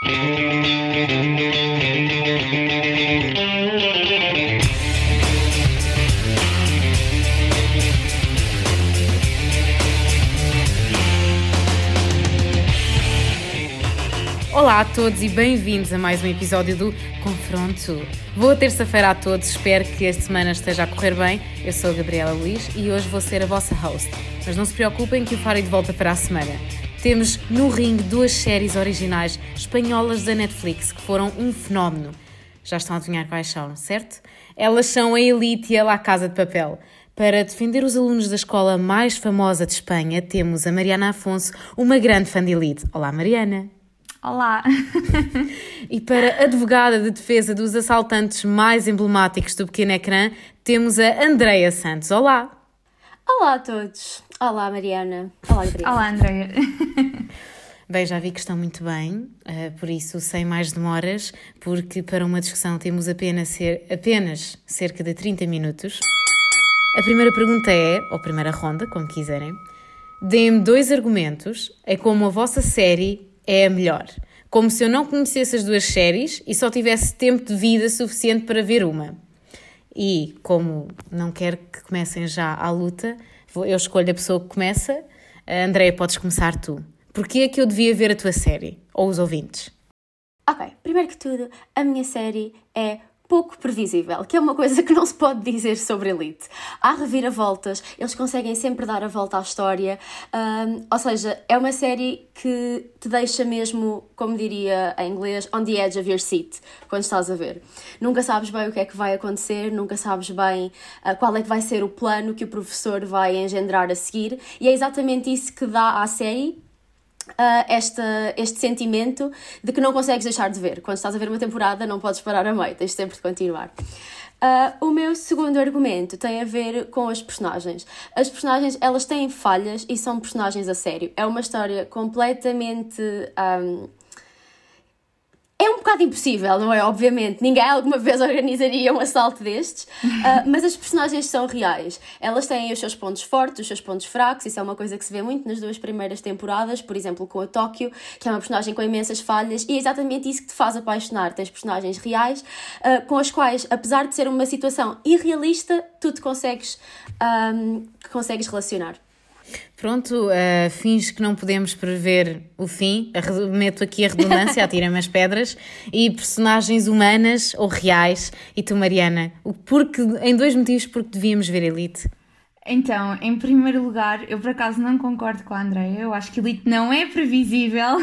Olá a todos e bem-vindos a mais um episódio do Confronto. Boa terça-feira a todos, espero que esta semana esteja a correr bem. Eu sou a Gabriela Luís e hoje vou ser a vossa host. Mas não se preocupem que o farei de volta para a semana. Temos no ringue duas séries originais espanholas da Netflix que foram um fenómeno. Já estão a adivinhar quais são, certo? Elas são a Elite e a La Casa de Papel. Para defender os alunos da escola mais famosa de Espanha, temos a Mariana Afonso, uma grande fã de Elite. Olá, Mariana! Olá! E para a advogada de defesa dos assaltantes mais emblemáticos do pequeno ecrã, temos a Andreia Santos. Olá! Olá a todos! Olá, Mariana! Olá, Gabriela! Olá, Andreia! Bem, já vi que estão muito bem, por isso, sem mais demoras, porque para uma discussão temos apenas cerca de 30 minutos. A primeira pergunta é, ou primeira ronda, como quiserem, deem-me 2 argumentos a como a vossa série é a melhor. Como se eu não conhecesse as duas séries e só tivesse tempo de vida suficiente para ver uma. E como não quero que comecem já à luta, eu escolho a pessoa que começa. Andreia, podes começar tu. Porquê é que eu devia ver a tua série? Ou os ouvintes? Ok, primeiro que tudo, a minha série é pouco previsível, que é uma coisa que não se pode dizer sobre Elite. Há reviravoltas, eles conseguem sempre dar a volta à história, ou seja, é uma série que te deixa mesmo, como diria em inglês, on the edge of your seat, quando estás a ver. Nunca sabes bem o que é que vai acontecer, nunca sabes bem qual é que vai ser o plano que o professor vai engendrar a seguir, e é exatamente isso que dá à série este sentimento de que não consegues deixar de ver. Quando estás a ver uma temporada não podes parar a meio, tens sempre de continuar. O meu segundo argumento tem a ver com as personagens. As personagens, elas têm falhas e são personagens a sério. É uma história completamente... É um bocado impossível, não é? Obviamente, ninguém alguma vez organizaria um assalto destes, mas as personagens são reais. Elas têm os seus pontos fortes, os seus pontos fracos, isso é uma coisa que se vê muito nas 2 primeiras temporadas, por exemplo, com a Tóquio, que é uma personagem com imensas falhas, e é exatamente isso que te faz apaixonar. Tens personagens reais, com as quais, apesar de ser uma situação irrealista, tu te consegues relacionar. Pronto, fins que não podemos prever o fim, meto aqui a redundância, atira-me as pedras, e personagens humanas ou reais. E tu, Mariana, em 2 motivos porque devíamos ver Elite. Então, em primeiro lugar, eu por acaso não concordo com a Andreia, eu acho que Elite não é previsível.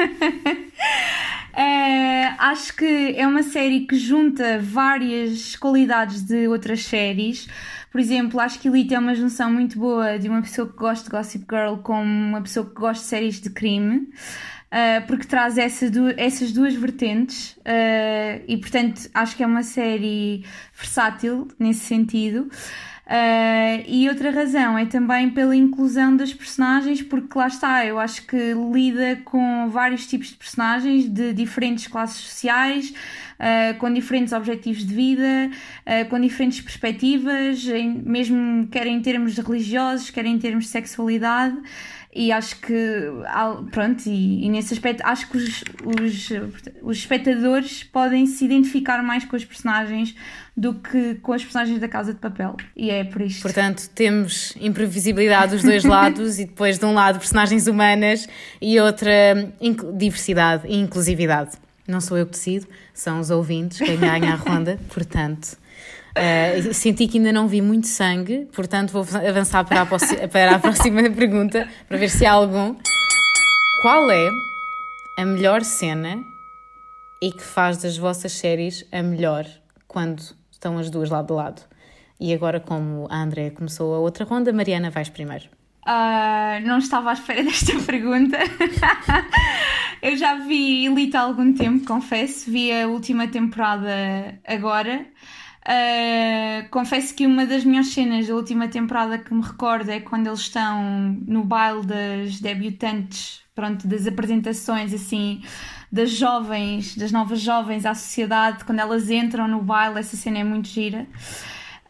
Acho que é uma série que junta várias qualidades de outras séries. Por exemplo, acho que Elite é uma junção muito boa de uma pessoa que gosta de Gossip Girl com uma pessoa que gosta de séries de crime, porque traz essas duas vertentes, e portanto acho que é uma série versátil nesse sentido. E outra razão é também pela inclusão das personagens, porque lá está, eu acho que lida com vários tipos de personagens de diferentes classes sociais, com diferentes objetivos de vida, com diferentes perspectivas, mesmo quer em termos de religiosos, quer em termos de sexualidade. E acho que, pronto, e nesse aspecto acho que os espectadores podem se identificar mais com os personagens do que com as personagens da Casa de Papel, e é por isto. Portanto, temos imprevisibilidade dos 2 lados e depois de um lado personagens humanas e outra diversidade e inclusividade. Não sou eu que decido, são os ouvintes quem ganha a ronda, portanto... senti que ainda não vi muito sangue, portanto vou avançar para a próxima pergunta para ver se há algum. Qual é a melhor cena e que faz das vossas séries a melhor quando estão as duas lado a lado? E agora, como a Andreia começou a outra ronda, Mariana, vais primeiro. Não estava à espera desta pergunta. Eu já vi Elite há algum tempo, confesso, vi a última temporada agora. Confesso que uma das melhores cenas da última temporada que me recordo é quando eles estão no baile das debutantes, pronto, das apresentações assim, das novas jovens à sociedade, quando elas entram no baile, essa cena é muito gira.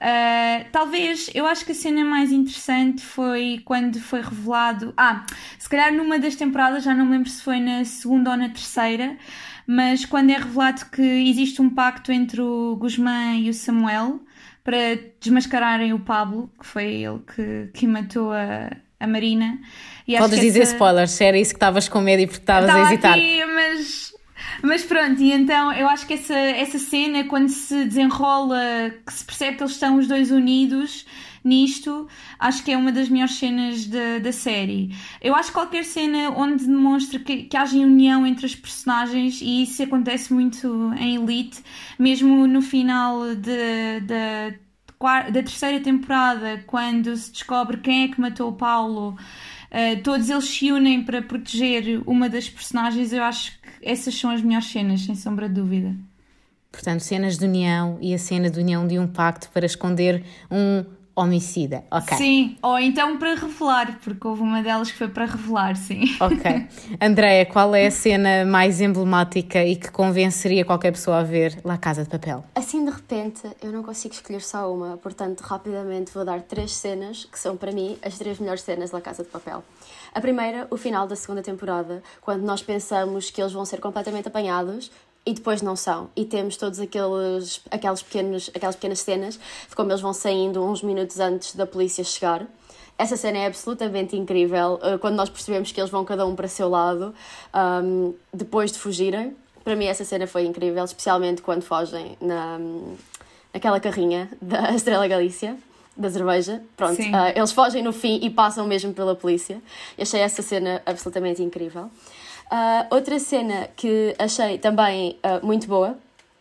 Talvez, eu acho que a cena mais interessante foi quando foi revelado... se calhar numa das temporadas, já não me lembro se foi na segunda ou na terceira, mas quando é revelado que existe um pacto entre o Guzmán e o Samuel para desmascararem o Pablo, que foi ele que matou a Marina. E podes dizer spoilers, se era isso que estavas com medo e porque estavas a hesitar. Aqui, mas pronto, e então eu acho que essa cena, quando se desenrola, que se percebe que eles estão os dois unidos nisto, acho que é uma das melhores cenas da série. Eu acho que qualquer cena onde demonstra que haja união entre os personagens, e isso acontece muito em Elite, mesmo no final da terceira temporada, quando se descobre quem é que matou o Paulo, todos eles se unem para proteger uma das personagens. Eu acho que essas são as melhores cenas, sem sombra de dúvida. Portanto, cenas de união e a cena de união de um pacto para esconder um homicida, ok. Sim, ou então para revelar, porque houve uma delas que foi para revelar, sim. Ok. Andreia, qual é a cena mais emblemática e que convenceria qualquer pessoa a ver La Casa de Papel? Assim, de repente, eu não consigo escolher só uma, portanto, rapidamente vou dar 3 cenas, que são para mim as 3 melhores cenas de La Casa de Papel. A primeira, o final da segunda temporada, quando nós pensamos que eles vão ser completamente apanhados, e depois não são, e temos todos aquelas pequenas cenas de como eles vão saindo uns minutos antes da polícia chegar. Essa cena é absolutamente incrível, quando nós percebemos que eles vão cada um para o seu lado, depois de fugirem. Para mim essa cena foi incrível, especialmente quando fogem naquela carrinha da Estrela Galícia, da cerveja. Pronto, eles fogem no fim e passam mesmo pela polícia. Eu achei essa cena absolutamente incrível. Outra cena que achei também muito boa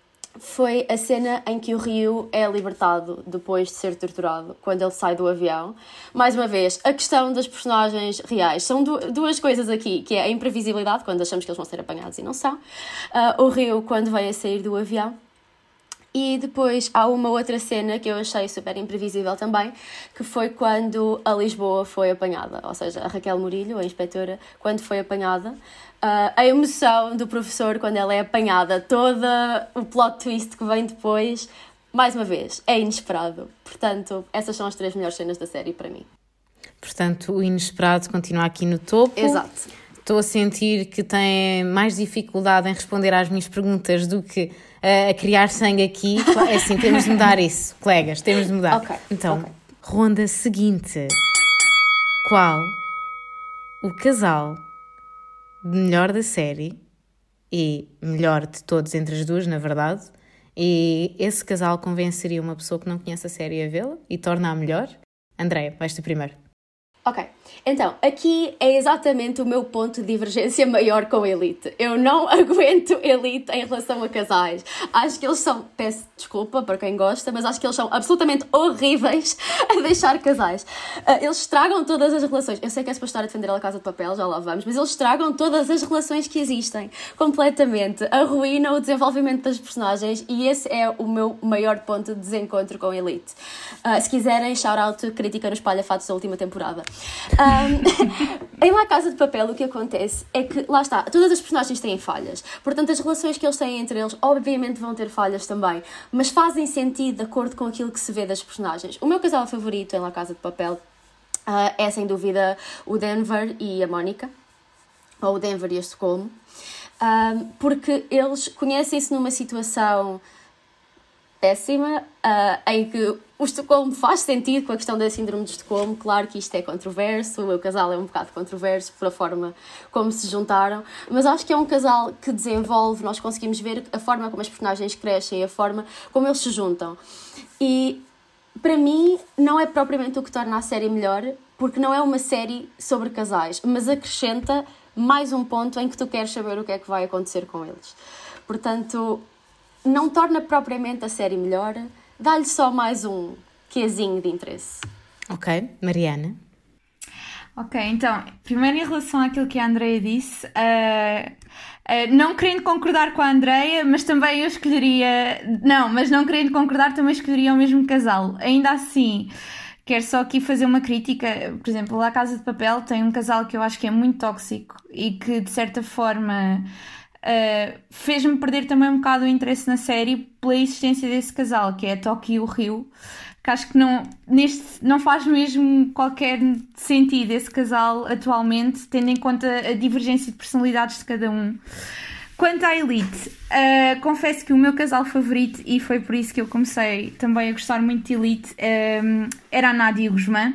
foi a cena em que o Rio é libertado depois de ser torturado, quando ele sai do avião. Mais uma vez, a questão das personagens reais. São duas coisas aqui, que é a imprevisibilidade, quando achamos que eles vão ser apanhados e não são. O Rio, quando vai a sair do avião. E depois há uma outra cena que eu achei super imprevisível também, que foi quando a Lisboa foi apanhada. Ou seja, a Raquel Murilho, a inspetora, quando foi apanhada. A emoção do professor quando ela é apanhada, todo o plot twist que vem depois, mais uma vez, é inesperado. Portanto, essas são as 3 melhores cenas da série para mim. Portanto, o inesperado continua aqui no topo. Exato. Estou a sentir que tem mais dificuldade em responder às minhas perguntas do que a criar sangue aqui. É assim, temos de mudar isso, colegas, temos de mudar. Okay. Então, ronda seguinte. Qual o casal melhor da série e melhor de todos entre as duas, na verdade, e esse casal convenceria uma pessoa que não conhece a série a vê-la e torna-a melhor? Andreia, vais tu primeiro. Ok, então, aqui é exatamente o meu ponto de divergência maior com Elite. Eu não aguento Elite em relação a casais. Acho que eles são, peço desculpa para quem gosta, mas acho que eles são absolutamente horríveis a deixar casais. Eles estragam todas as relações. Eu sei que é para estar a defender a Casa de Papel, já lá vamos, mas eles estragam todas as relações que existem. Completamente. Arruinam o desenvolvimento das personagens e esse é o meu maior ponto de desencontro com Elite. Se quiserem, shout out, crítica no Espalha Fatos da última temporada. Em La Casa de Papel o que acontece é que, lá está, todas as personagens têm falhas, portanto as relações que eles têm entre eles obviamente vão ter falhas também, mas fazem sentido de acordo com aquilo que se vê das personagens. O meu casal favorito em La Casa de Papel é sem dúvida o Denver e a Mónica, ou o Denver e a Estocolmo, porque eles conhecem-se numa situação péssima, em que o Estocolmo faz sentido com a questão da síndrome de Estocolmo. Claro que isto é controverso, o meu casal é um bocado controverso pela forma como se juntaram, mas acho que é um casal que desenvolve, nós conseguimos ver a forma como as personagens crescem, a forma como eles se juntam. E para mim não é propriamente o que torna a série melhor, porque não é uma série sobre casais, mas acrescenta mais um ponto em que tu queres saber o que é que vai acontecer com eles. Portanto, não torna propriamente a série melhor, dá-lhe só mais um quezinho de interesse. Ok, Mariana? Ok, então, primeiro em relação àquilo que a Andreia disse, não querendo concordar com a Andreia, mas também eu escolheria... Não, mas não querendo concordar, também escolheria o mesmo casal. Ainda assim, quero só aqui fazer uma crítica. Por exemplo, La Casa de Papel tem um casal que eu acho que é muito tóxico e que, de certa forma... fez-me perder também um bocado o interesse na série pela existência desse casal, que é a Toki e o Rio, que acho que não faz mesmo qualquer sentido esse casal atualmente, tendo em conta a divergência de personalidades de cada um. Quanto à Elite, confesso que o meu casal favorito, e foi por isso que eu comecei também a gostar muito de Elite, era a Nádia e o Guzmán.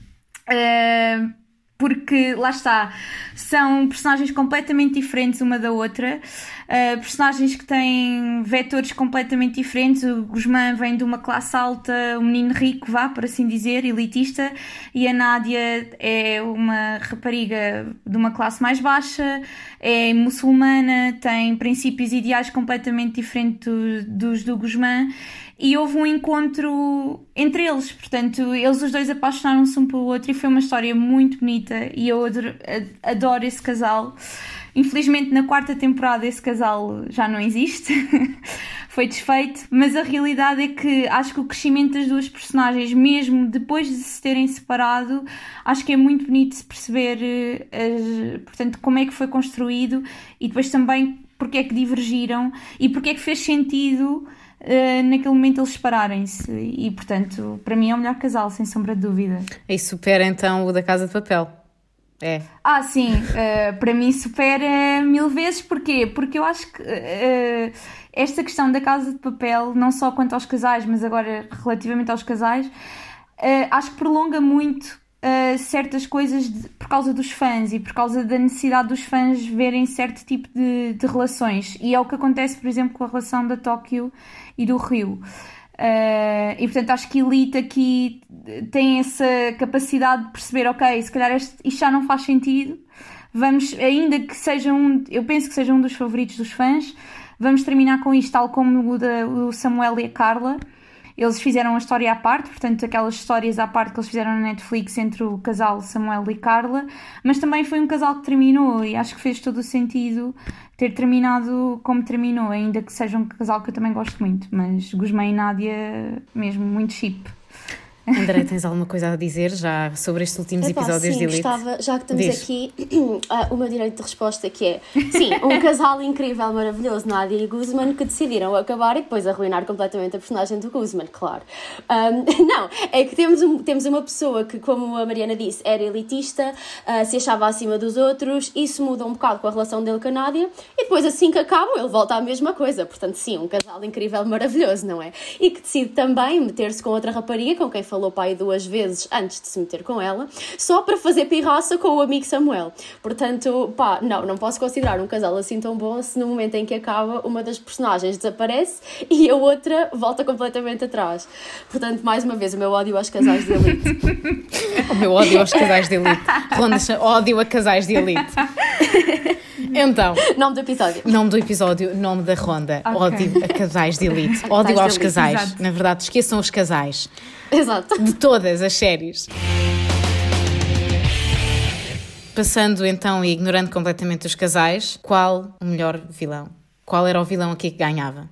Porque, lá está, são personagens completamente diferentes uma da outra, personagens que têm vetores completamente diferentes. O Guzmán vem de uma classe alta, um menino rico, por assim dizer, elitista, e a Nádia é uma rapariga de uma classe mais baixa, é muçulmana, tem princípios e ideais completamente diferentes dos do Guzmán. E houve um encontro entre eles, portanto, eles os dois apaixonaram-se um pelo outro e foi uma história muito bonita e eu adoro esse casal. Infelizmente na 4ª temporada esse casal já não existe, foi desfeito, mas a realidade é que acho que o crescimento das duas personagens, mesmo depois de se terem separado, acho que é muito bonito de perceber, portanto, como é que foi construído e depois também porque é que divergiram e porque é que fez sentido naquele momento eles separarem-se e, portanto, para mim é o melhor casal, sem sombra de dúvida. E supera então o da Casa de Papel? É. Sim, para mim supera 1000 vezes. Porquê? Porque eu acho que esta questão da Casa de Papel, não só quanto aos casais, mas agora relativamente aos casais, acho que prolonga muito certas coisas por causa dos fãs e por causa da necessidade dos fãs verem certo tipo de relações, e é o que acontece, por exemplo, com a relação da Tóquio e do Rio. E portanto acho que Elite aqui tem essa capacidade de perceber, ok, se calhar isto já não faz sentido, vamos, ainda que seja eu penso que seja um dos favoritos dos fãs, vamos terminar com isto, tal como o Samuel e a Carla. Eles fizeram a história à parte, portanto aquelas histórias à parte que eles fizeram na Netflix entre o casal Samuel e Carla, mas também foi um casal que terminou e acho que fez todo o sentido ter terminado como terminou, ainda que seja um casal que eu também gosto muito, mas Guzmán e Nádia mesmo muito chip. André, tens alguma coisa a dizer já sobre estes últimos episódios de Elite? Gostava, já que estamos aqui, o meu direito de resposta que é, sim, um casal incrível, maravilhoso, Nádia e Guzmán, que decidiram acabar e depois arruinar completamente a personagem do Guzmán, claro. Não, é que temos uma pessoa que, como a Mariana disse, era elitista, se achava acima dos outros, isso muda um bocado com a relação dele com a Nádia, e depois assim que acabam ele volta à mesma coisa, portanto sim, um casal incrível, maravilhoso, não é? E que decide também meter-se com outra rapariga, com quem falou pai 2 vezes antes de se meter com ela, só para fazer pirraça com o amigo Samuel. Portanto, não posso considerar um casal assim tão bom se no momento em que acaba uma das personagens desaparece e a outra volta completamente atrás. Portanto, mais uma vez, o meu ódio aos casais de Elite. O meu ódio aos casais de Elite. Ronda, ódio a casais de Elite. Então, nome do episódio, nome da ronda, okay. Ódio a casais de Elite, ódio aos casais, exato. Na verdade, esqueçam os casais. Exato. De todas as séries. Passando então e ignorando completamente os casais, qual o melhor vilão? Qual era o vilão aqui que ganhava?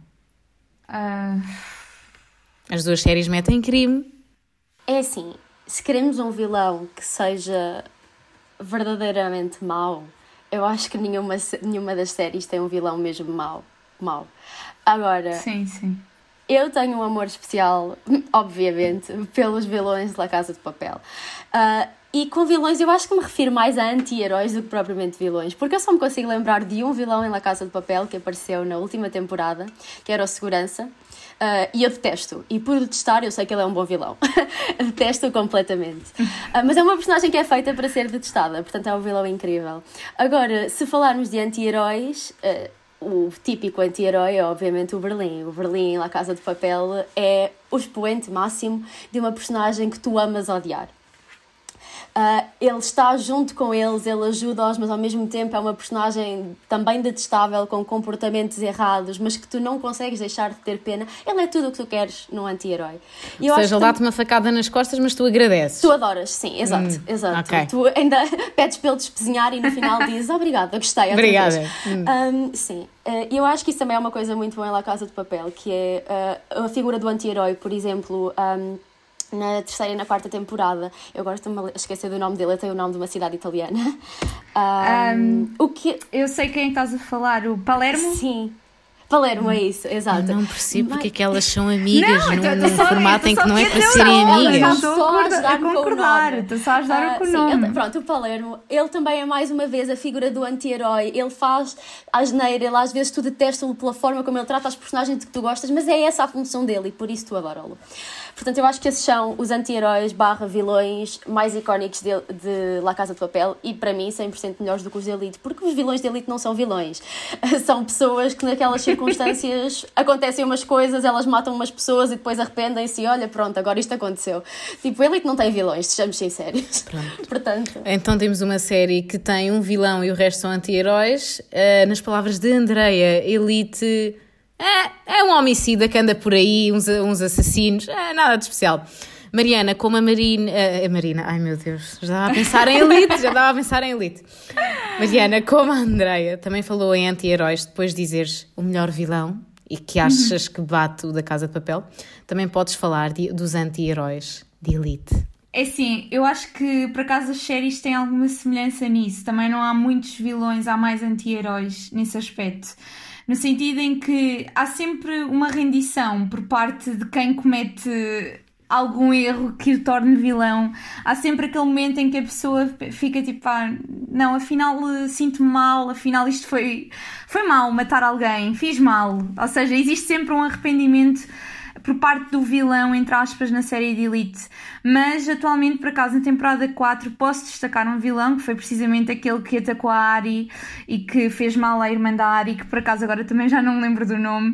As duas séries metem crime. É assim, se queremos um vilão que seja verdadeiramente mau, eu acho que nenhuma das séries tem um vilão mesmo mau. Agora, sim. Eu tenho um amor especial, obviamente, pelos vilões de La Casa de Papel. E com vilões eu acho que me refiro mais a anti-heróis do que propriamente vilões, porque eu só me consigo lembrar de um vilão em La Casa de Papel que apareceu na última temporada, que era o Segurança. E eu detesto, e por detestar eu sei que ele é um bom vilão. Detesto-o completamente. Mas é uma personagem que é feita para ser detestada, portanto é um vilão incrível. Agora, se falarmos de anti-heróis, o típico anti-herói é obviamente o Berlim. O Berlim em La Casa de Papel é o expoente máximo de uma personagem que tu amas odiar. Ele está junto com eles, ele ajuda-os, mas ao mesmo tempo é uma personagem também detestável, com comportamentos errados, mas que tu não consegues deixar de ter pena. Ele é tudo o que tu queres num anti-herói. Ou seja, ele dá-te uma facada nas costas, mas tu agradeces. Tu adoras, sim, exato. Okay. Tu ainda pedes para ele despesinhar e no final dizes obrigada, gostei. Obrigada. Sim. Eu acho que isso também é uma coisa muito boa em La Casa de Papel, que é a figura do anti-herói, por exemplo. Na 3ª e na 4ª temporada, eu agora estou-me a esquecer do nome dele, eu tenho o nome de uma cidade italiana. Eu sei quem estás a falar, o Palermo? Sim, Palermo, é isso, exato. Eu não percebo porque é que elas são amigas num só- formato em que não é para não, serem não, amigas. Estou Só a ajudar-me com o concordar, nome. estou só a ajudar com o Sim, nome. pronto, o Palermo, ele também é mais uma vez a figura do anti-herói. Ele faz a asneira, ele às vezes tu detestas-lo pela forma como ele trata as personagens de que tu gostas, mas é essa a função dele e por isso tu adora-lo. Portanto, eu acho que esses são os anti-heróis / vilões mais icónicos de La Casa de Papel e, para mim, 100% melhores do que os de Elite, porque os vilões de Elite não são vilões. São pessoas que, naquelas circunstâncias, acontecem umas coisas, elas matam umas pessoas e depois arrependem-se e, olha, pronto, agora isto aconteceu. Tipo, Elite não tem vilões, sejamos sinceros. Pronto. Portanto... Então temos uma série que tem um vilão e o resto são anti-heróis. Nas palavras de Andreia, Elite... É um homicida que anda por aí, uns assassinos, nada de especial. Mariana, como a Marina... A Marina, ai meu Deus, já estava a pensar em Elite. Mariana, como a Andreia, também falou em anti-heróis, depois de dizeres o melhor vilão e que achas que bate o da Casa de Papel, também podes falar dos anti-heróis de Elite. É assim, eu acho que por acaso as séries têm alguma semelhança nisso. Também não há muitos vilões, há mais anti-heróis nesse aspecto. No sentido em que há sempre uma rendição por parte de quem comete algum erro que o torne vilão. Há sempre aquele momento em que a pessoa fica tipo, não, afinal sinto-me mal, afinal isto foi mal, matar alguém, fiz mal. Ou seja, existe sempre um arrependimento por parte do vilão, entre aspas, na série de Elite. Mas atualmente, por acaso, na temporada 4 posso destacar um vilão que foi precisamente aquele que atacou a Ari e que fez mal à irmã da Ari, que por acaso agora também já não me lembro do nome.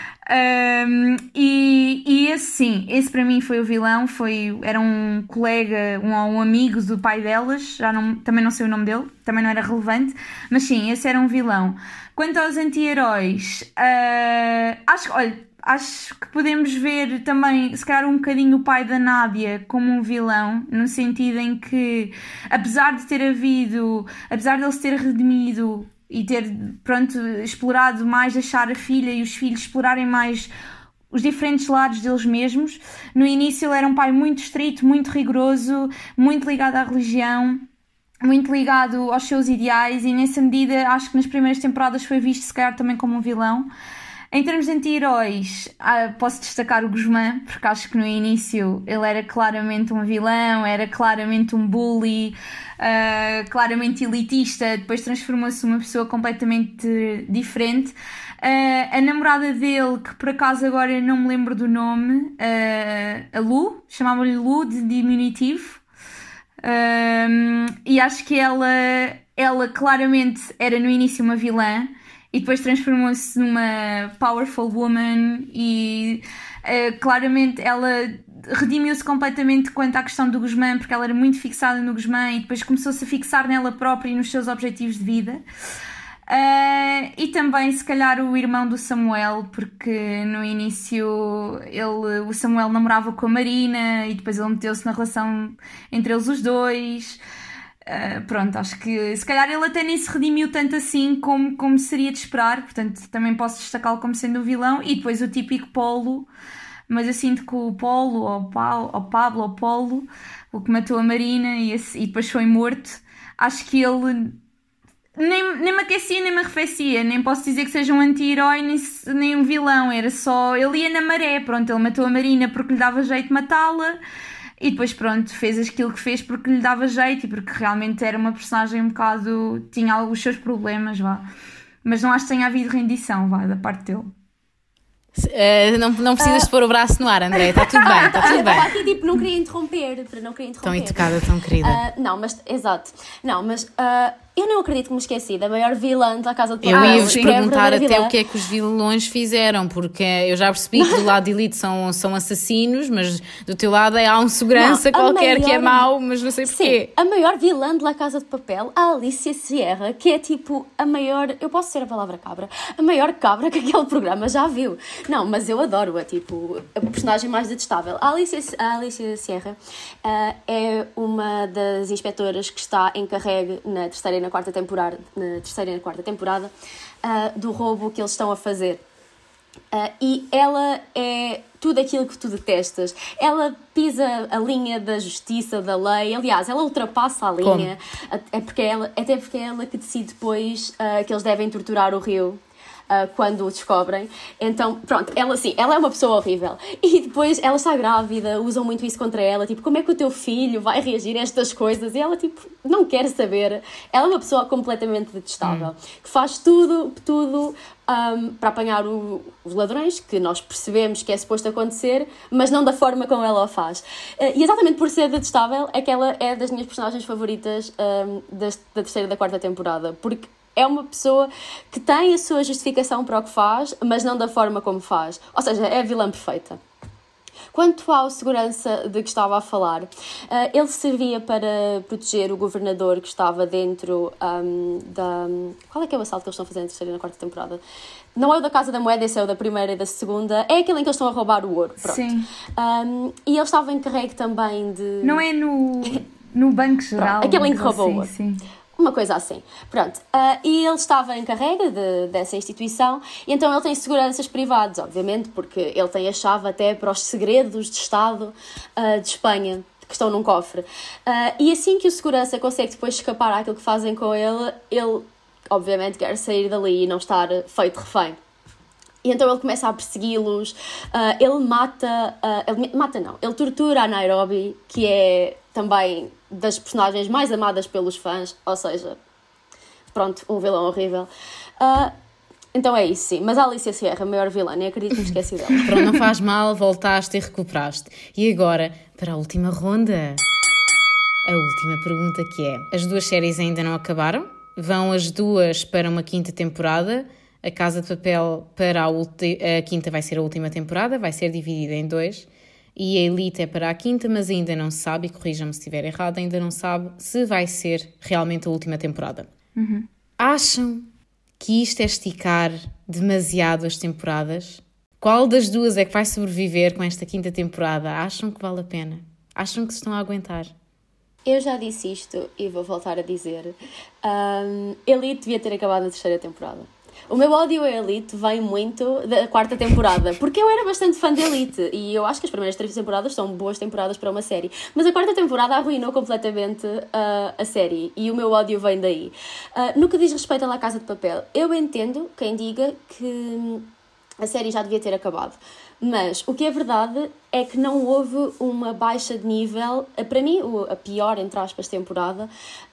E esse sim, esse para mim foi o vilão, era um colega, um amigo do pai delas, também não sei o nome dele, também não era relevante, mas sim, esse era um vilão. Quanto aos anti-heróis, acho que podemos ver também, se calhar, um bocadinho o pai da Nádia como um vilão, no sentido em que, apesar dele se ter redimido e ter, pronto, explorado mais deixar a filha e os filhos explorarem mais os diferentes lados deles mesmos, no início ele era um pai muito estrito, muito rigoroso, muito ligado à religião, muito ligado aos seus ideais e nessa medida acho que nas primeiras temporadas foi visto se calhar também como um vilão. Em termos de anti-heróis, posso destacar o Guzmán, porque acho que no início ele era claramente um vilão, era claramente um bully, claramente elitista, depois transformou-se numa pessoa completamente diferente. A namorada dele, que por acaso agora não me lembro do nome, a Lu, chamavam-lhe Lu de diminutivo, e acho que ela claramente era no início uma vilã, e depois transformou-se numa powerful woman e claramente ela redimiu-se completamente quanto à questão do Guzmán, porque ela era muito fixada no Guzmán e depois começou-se a fixar nela própria e nos seus objetivos de vida. E também se calhar o irmão do Samuel, porque no início o Samuel namorava com a Marina e depois ele meteu-se na relação entre eles os dois. Pronto, acho que se calhar ele até nem se redimiu tanto assim como seria de esperar, portanto também posso destacá-lo como sendo o vilão. E depois o típico Polo, mas eu sinto que o Polo, ou Pablo, ou Polo, o que matou a Marina e depois foi morto, acho que ele nem me aquecia nem me arrefecia, nem posso dizer que seja um anti-herói nem um vilão, era só, ele ia na maré, pronto, ele matou a Marina porque lhe dava jeito de matá-la. E depois, pronto, fez aquilo que fez porque lhe dava jeito e porque realmente era uma personagem um bocado... tinha os seus problemas, vá. Mas não acho que tenha havido rendição, vá, da parte dele. Não precisas de pôr o braço no ar, André, está tudo bem, está tudo bem. Aqui, tipo, não queria interromper. Tão educada, tão querida. Não, mas, exato. Não, mas eu não acredito que me esqueci da maior vilã da Casa de Papel. Eu ia-vos perguntar até o que é que os vilões fizeram, porque eu já percebi que do lado de Elite são assassinos, mas do teu lado há um segurança qualquer que é mau, mas não sei porquê. Sim, a maior vilã de La Casa de Papel, a Alicia Sierra, que é tipo a maior, eu posso dizer a palavra cabra, a maior cabra que aquele programa já viu. Não, mas eu adoro-a, tipo, a personagem mais detestável. A Alicia Sierra é uma das inspectoras que está encarregue na terceira e na quarta temporada do roubo que eles estão a fazer. E ela é tudo aquilo que tu detestas. Ela pisa a linha da justiça, da lei. Aliás, ela ultrapassa a linha. Até porque é ela que decide depois que eles devem torturar o Rio. quando o descobrem. Então, pronto, ela é uma pessoa horrível. E depois ela está grávida, usam muito isso contra ela, tipo, como é que o teu filho vai reagir a estas coisas? E ela, tipo, não quer saber. Ela é uma pessoa completamente detestável, que faz tudo para apanhar os ladrões, que nós percebemos que é suposto acontecer, mas não da forma como ela o faz. E exatamente por ser detestável é que ela é das minhas personagens favoritas da terceira e da quarta temporada, porque é uma pessoa que tem a sua justificação para o que faz, mas não da forma como faz. Ou seja, é a vilã perfeita. Quanto ao segurança de que estava a falar, ele servia para proteger o governador que estava dentro da... Qual é que é o assalto que eles estão fazendo na terceira e na quarta temporada? Não é o da Casa da Moeda, esse é o da primeira e da segunda. É aquele em que eles estão a roubar o ouro. Pronto. Sim. E ele estava encarregue também de... Não é no Banco Geral? Pronto, aquele em que roubou o ouro. Sim. Uma coisa assim. Pronto. E ele estava encarregue dessa instituição, e então ele tem seguranças privados, obviamente, porque ele tem a chave até para os segredos de Estado de Espanha, que estão num cofre. E assim que o segurança consegue depois escapar àquilo que fazem com ele, obviamente quer sair dali e não estar feito refém. E então ele começa a persegui-los, ele tortura a Nairobi, que é também das personagens mais amadas pelos fãs, ou seja, pronto, um vilão horrível. Então é isso, sim. Mas a Alicia Sierra, a maior vilã, nem acredito que me esqueci dela. Pronto, não faz mal, voltaste e recuperaste. E agora, para a última ronda. A última pergunta que é, as duas séries ainda não acabaram? Vão as duas para uma quinta temporada? A Casa de Papel para a quinta vai ser a última temporada, vai ser dividida em 2. E a Elite é para a quinta, mas ainda não se sabe, e corrijam-me se estiver errado, ainda não sabe se vai ser realmente a última temporada. Acham que isto é esticar demasiado as temporadas? Qual das duas é que vai sobreviver com esta quinta temporada? Acham que vale a pena? Acham que se estão a aguentar? Eu já disse isto e vou voltar a dizer. Elite devia ter acabado na terceira temporada. O meu ódio a Elite vem muito da quarta temporada, porque eu era bastante fã de Elite e eu acho que as primeiras 3 temporadas são boas temporadas para uma série, mas a quarta temporada arruinou completamente a série e o meu ódio vem daí. No que diz respeito à La Casa de Papel, eu entendo quem diga que a série já devia ter acabado, mas o que é verdade é que não houve uma baixa de nível. Para mim, a pior, entre aspas, temporada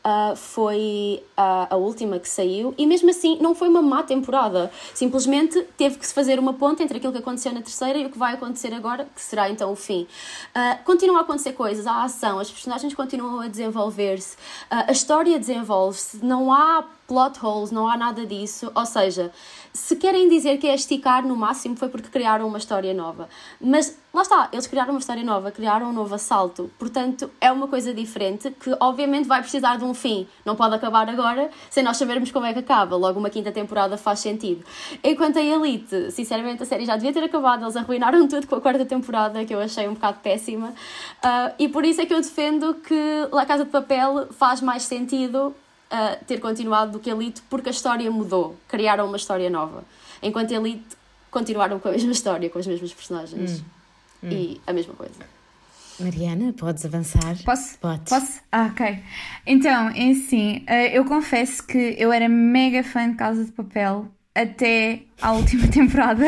foi a última que saiu, e mesmo assim não foi uma má temporada, simplesmente teve que se fazer uma ponte entre aquilo que aconteceu na terceira e o que vai acontecer agora, que será então o fim. Continuam a acontecer coisas, há ação, as personagens continuam a desenvolver-se, a história desenvolve-se, não há plot holes, não há nada disso, ou seja, se querem dizer que é esticar no máximo foi porque criaram uma história nova, mas lá está, eles criaram uma história nova, criaram um novo assalto, portanto é uma coisa diferente que obviamente vai precisar de um fim, não pode acabar agora sem nós sabermos como é que acaba, logo uma quinta temporada faz sentido. Enquanto a Elite, sinceramente a série já devia ter acabado, eles arruinaram tudo com a quarta temporada, que eu achei um bocado péssima, e por isso é que eu defendo que La Casa de Papel faz mais sentido ter continuado do que Elite, porque a história mudou, criaram uma história nova, enquanto Elite continuaram com a mesma história, com os mesmos personagens e a mesma coisa. Mariana, podes avançar? Posso? Pode. Posso? Ok. Então, em si, eu confesso que eu era mega fã de Casa de Papel até à última temporada,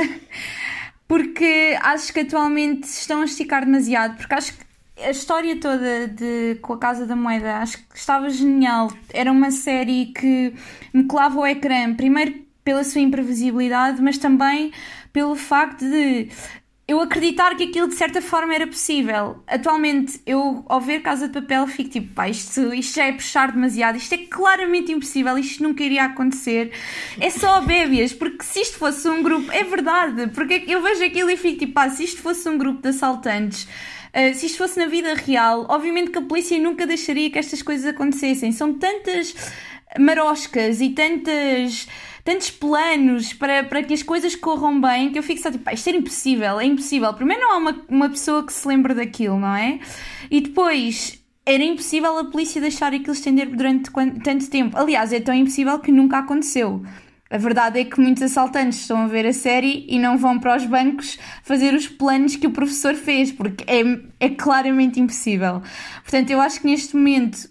porque acho que atualmente estão a esticar demasiado, porque acho que a história toda com a Casa da Moeda acho que estava genial. Era uma série que me colava ao ecrã, primeiro pela sua imprevisibilidade, mas também pelo facto de eu acreditar que aquilo de certa forma era possível. Atualmente, eu ao ver Casa de Papel fico tipo, pá, isto já é puxar demasiado, isto é claramente impossível, isto nunca iria acontecer. É só bébias, porque se isto fosse um grupo, é verdade, porque eu vejo aquilo e fico tipo, pá, se isto fosse um grupo de assaltantes, se isto fosse na vida real, obviamente que a polícia nunca deixaria que estas coisas acontecessem. São tantas maroscas e tantos planos para que as coisas corram bem, que eu fico só tipo, isto era impossível, é impossível. Primeiro não há uma pessoa que se lembre daquilo, não é? E depois era impossível a polícia deixar aquilo estender durante tanto tempo. Aliás, é tão impossível que nunca aconteceu. A verdade é que muitos assaltantes estão a ver a série e não vão para os bancos fazer os planos que o professor fez, porque é claramente impossível. Portanto, eu acho que neste momento,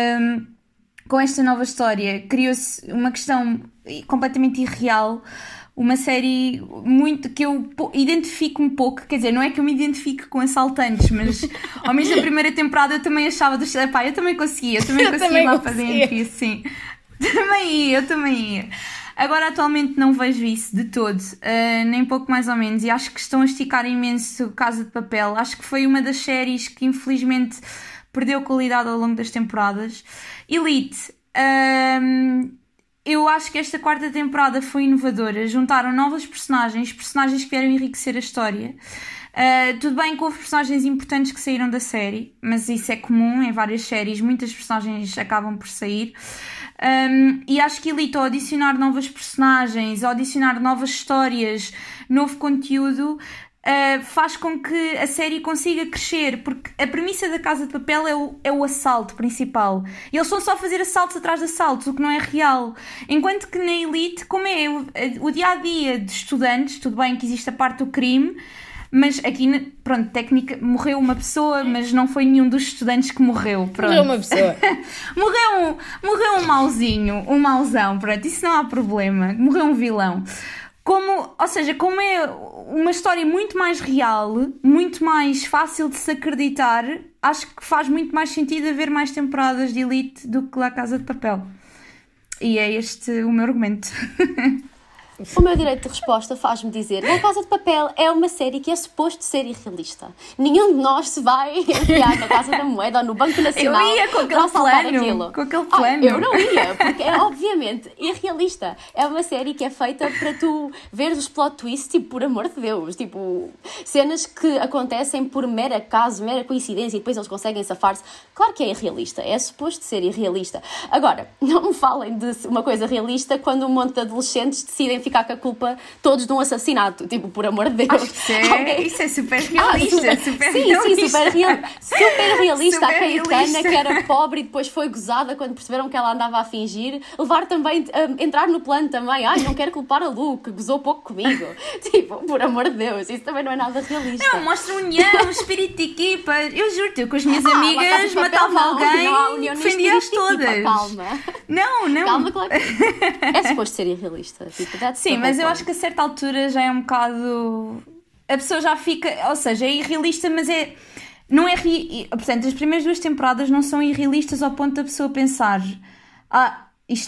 com esta nova história, criou-se uma questão completamente irreal, uma série muito que eu identifico um pouco, quer dizer, não é que eu me identifique com assaltantes, mas ao menos na primeira temporada eu também achava do estilo, pá, eu também conseguia ir lá para dentro e assim. Eu também ia. Agora atualmente não vejo isso de todo, nem pouco mais ou menos, e acho que estão a esticar imenso Casa de Papel. Acho que foi uma das séries que infelizmente perdeu qualidade ao longo das temporadas. Elite, eu acho que esta quarta temporada foi inovadora. Juntaram novas personagens que vieram enriquecer a história. Tudo bem que houve personagens importantes que saíram da série, mas isso é comum em várias séries, muitas personagens acabam por sair. E acho que Elite, ao adicionar novas personagens, ao adicionar novas histórias, novo conteúdo, faz com que a série consiga crescer, porque a premissa da Casa de Papel é o assalto principal. E eles estão só a fazer assaltos atrás de assaltos, o que não é real. Enquanto que na Elite, como é o dia-a-dia de estudantes, tudo bem que existe a parte do crime, mas aqui, pronto, técnica, morreu uma pessoa, mas não foi nenhum dos estudantes que morreu. Pronto. Morreu uma pessoa. morreu um mauzinho, um mauzão, pronto, isso não há problema. Morreu um vilão. Como é uma história muito mais real, muito mais fácil de se acreditar, acho que faz muito mais sentido haver mais temporadas de Elite do que La Casa de Papel. E é este o meu argumento. O meu direito de resposta faz-me dizer que La Casa de Papel é uma série que é suposto ser irrealista. Nenhum de nós se vai enfiar na Casa da Moeda ou no Banco Nacional. Eu ia com aquele plano. Com aquele plano. Eu não ia, porque é obviamente irrealista. É uma série que é feita para tu veres os plot twists, tipo, por amor de Deus. Tipo, cenas que acontecem por mero acaso, mera coincidência e depois eles conseguem safar-se. Claro que é irrealista. É suposto ser irrealista. Agora, não me falem de uma coisa realista quando um monte de adolescentes decidem ficar com a culpa todos de um assassinato, tipo, por amor de Deus. Isso é super realista. Super realista. A Caetana, que era pobre e depois foi gozada quando perceberam que ela andava a fingir, levar também, entrar no plano também, não quero culpar a Lu, que gozou pouco comigo. Tipo, por amor de Deus, isso também não é nada realista. Não, mostra união, espírito de equipa. Eu juro-te, eu com as minhas amigas matava alguém, defendia-as todas. Calma. Não. Calma, claro. É suposto ser irrealista. Tipo, sim, mas eu acho que a certa altura já é um bocado... A pessoa já fica... Ou seja, é irrealista, mas não é... Portanto, as primeiras 2 temporadas não são irrealistas ao ponto da pessoa pensar... Isto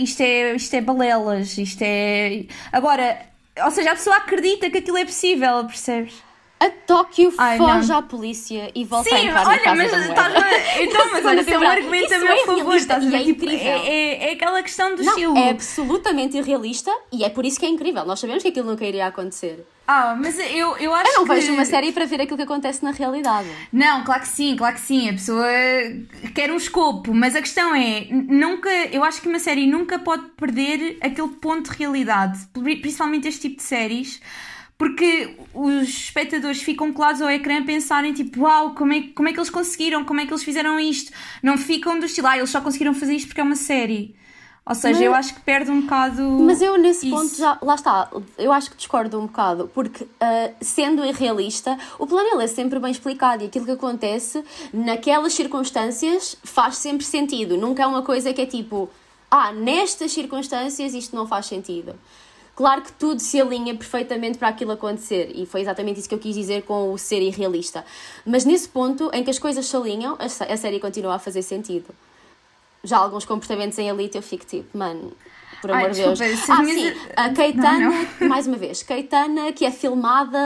é balelas, isto é... Agora, ou seja, a pessoa acredita que aquilo é possível, percebes? A Tóquio foge à polícia e volta a entrar na Casa da Moeda. Mas olha, tem um argumento a meu favor, estás a ver? É incrível. É aquela questão do estilo. É absolutamente irrealista e é por isso que é incrível. Nós sabemos que aquilo nunca iria acontecer. Mas eu acho que... Eu não vejo uma série para ver aquilo que acontece na realidade. Não, claro que sim. A pessoa quer um escopo, mas a questão é, eu acho que uma série nunca pode perder aquele ponto de realidade, principalmente este tipo de séries, porque os espectadores ficam colados ao ecrã a pensarem tipo, uau, como é que eles conseguiram, como é que eles fizeram isto? Não ficam do estilo, eles só conseguiram fazer isto porque é uma série. Ou seja, eu acho que perde um bocado... Mas eu nesse ponto já... Lá está, eu acho que discordo um bocado, porque sendo irrealista, o plano é sempre bem explicado e aquilo que acontece naquelas circunstâncias faz sempre sentido. Nunca é uma coisa que é tipo, nestas circunstâncias isto não faz sentido. Claro que tudo se alinha perfeitamente para aquilo acontecer e foi exatamente isso que eu quis dizer com o ser irrealista. Mas nesse ponto em que as coisas se alinham, a série continua a fazer sentido. Já alguns comportamentos em Elite eu fico tipo, mano, por amor de Deus. A Caetana, mais uma vez, Caetana que é filmada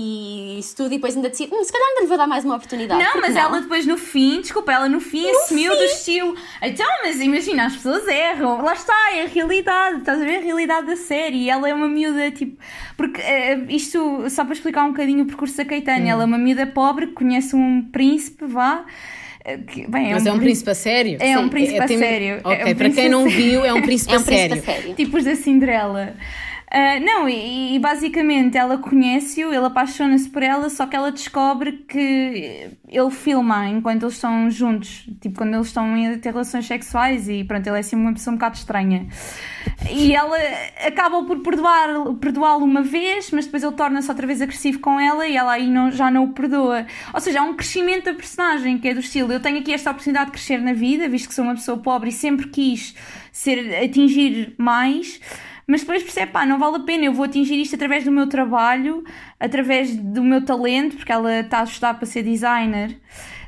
e isso tudo e depois ainda decide, se calhar ainda lhe vou dar mais uma oportunidade. Não, mas ela depois no fim assumiu do estilo. Então, mas imagina, as pessoas erram. Lá está, é a realidade, estás a ver a realidade da série. E ela é uma miúda, tipo... Porque isto, só para explicar um bocadinho o percurso da Caetana, ela é uma miúda pobre que conhece um príncipe, mas é um príncipe a sério? É um príncipe a sério. Ok, para quem não viu, é um príncipe a sério. Tipo os da Cinderela. E basicamente ela conhece-o, ele apaixona-se por ela, só que ela descobre que ele filma enquanto eles estão juntos, tipo quando eles estão a ter relações sexuais e pronto, ele é assim uma pessoa um bocado estranha. E ela acaba por perdoá-lo uma vez, mas depois ele torna-se outra vez agressivo com ela e ela aí já não o perdoa. Ou seja, há um crescimento da personagem que é do estilo, eu tenho aqui esta oportunidade de crescer na vida, visto que sou uma pessoa pobre e sempre quis atingir mais, mas depois percebe, pá, não vale a pena, eu vou atingir isto através do meu trabalho, através do meu talento, porque ela está a estudar para ser designer.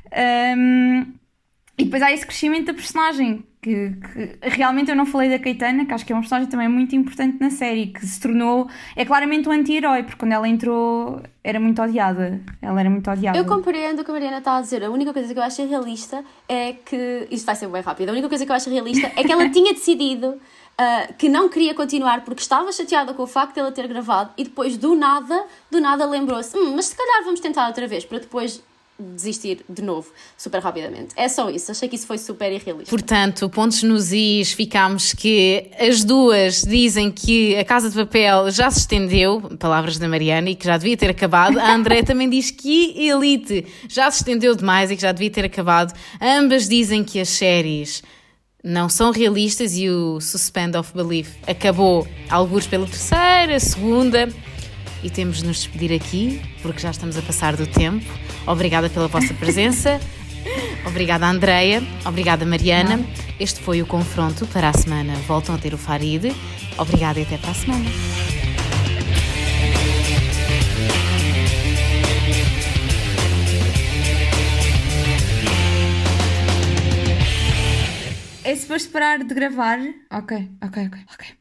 E depois há esse crescimento da personagem, que realmente eu não falei da Caetana, que acho que é uma personagem também muito importante na série, que se tornou, é claramente um anti-herói, porque quando ela entrou era muito odiada. Ela era muito odiada. Eu compreendo o que a Mariana está a dizer. A única coisa que eu acho realista é que, isto vai ser bem rápido, a única coisa que eu acho realista é que ela tinha decidido que não queria continuar porque estava chateada com o facto de ela ter gravado e depois do nada lembrou-se, mas se calhar vamos tentar outra vez, para depois desistir de novo, super rapidamente. É só isso, achei que isso foi super irrealista. Portanto, pontos nos is, ficámos que as duas dizem que a Casa de Papel já se estendeu, palavras da Mariana, e que já devia ter acabado. A André também diz que Elite já se estendeu demais e que já devia ter acabado. Ambas dizem que as séries não são realistas e o Suspend of Belief acabou algures pela terceira, segunda... E temos de nos despedir aqui, porque já estamos a passar do tempo. Obrigada pela vossa presença. Obrigada, Andreia. Obrigada, Mariana. Este foi o Confronto. Para a semana voltam a ter o Farid. Obrigada e até para a semana. É suposto parar de gravar? Ok.